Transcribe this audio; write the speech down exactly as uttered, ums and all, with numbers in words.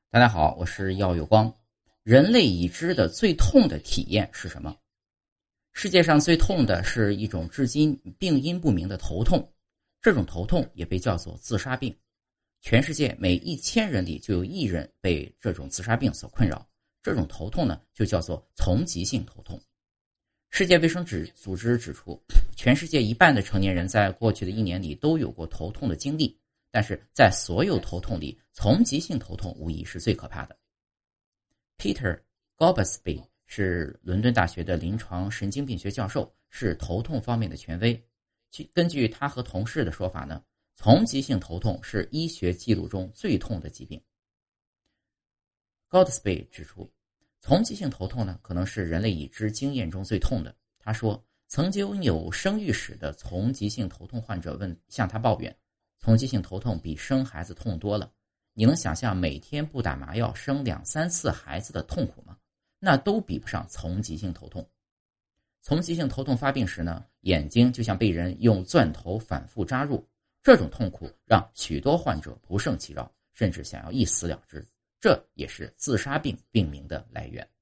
大家好，我是耀有光。人类已知的最痛的体验是什么？世界上最痛的是一种至今病因不明的头痛，这种头痛也被叫做自杀病。全世界每一千人里就有一人被这种自杀病所困扰，这种头痛呢就叫做丛集性头痛。世界卫生组织指出，全世界一半的成年人在过去的一年里都有过头痛的经历，但是在所有头痛里，丛集性头痛无疑是最可怕的。Peter Gobsby 是伦敦大学的临床神经病学教授，是头痛方面的权威。根据他和同事的说法呢，丛集性头痛是医学记录中最痛的疾病。Gobsby 指出，丛集性头痛呢，可能是人类已知经验中最痛的。他说，曾经有生育史的丛集性头痛患者问向他抱怨，丛集性头痛比生孩子痛多了。你能想象每天不打麻药生两三次孩子的痛苦吗？那都比不上丛集性头痛。丛集性头痛发病时呢，眼睛就像被人用钻头反复扎入，这种痛苦让许多患者不胜其扰，甚至想要一死了之。这也是自杀病病名的来源。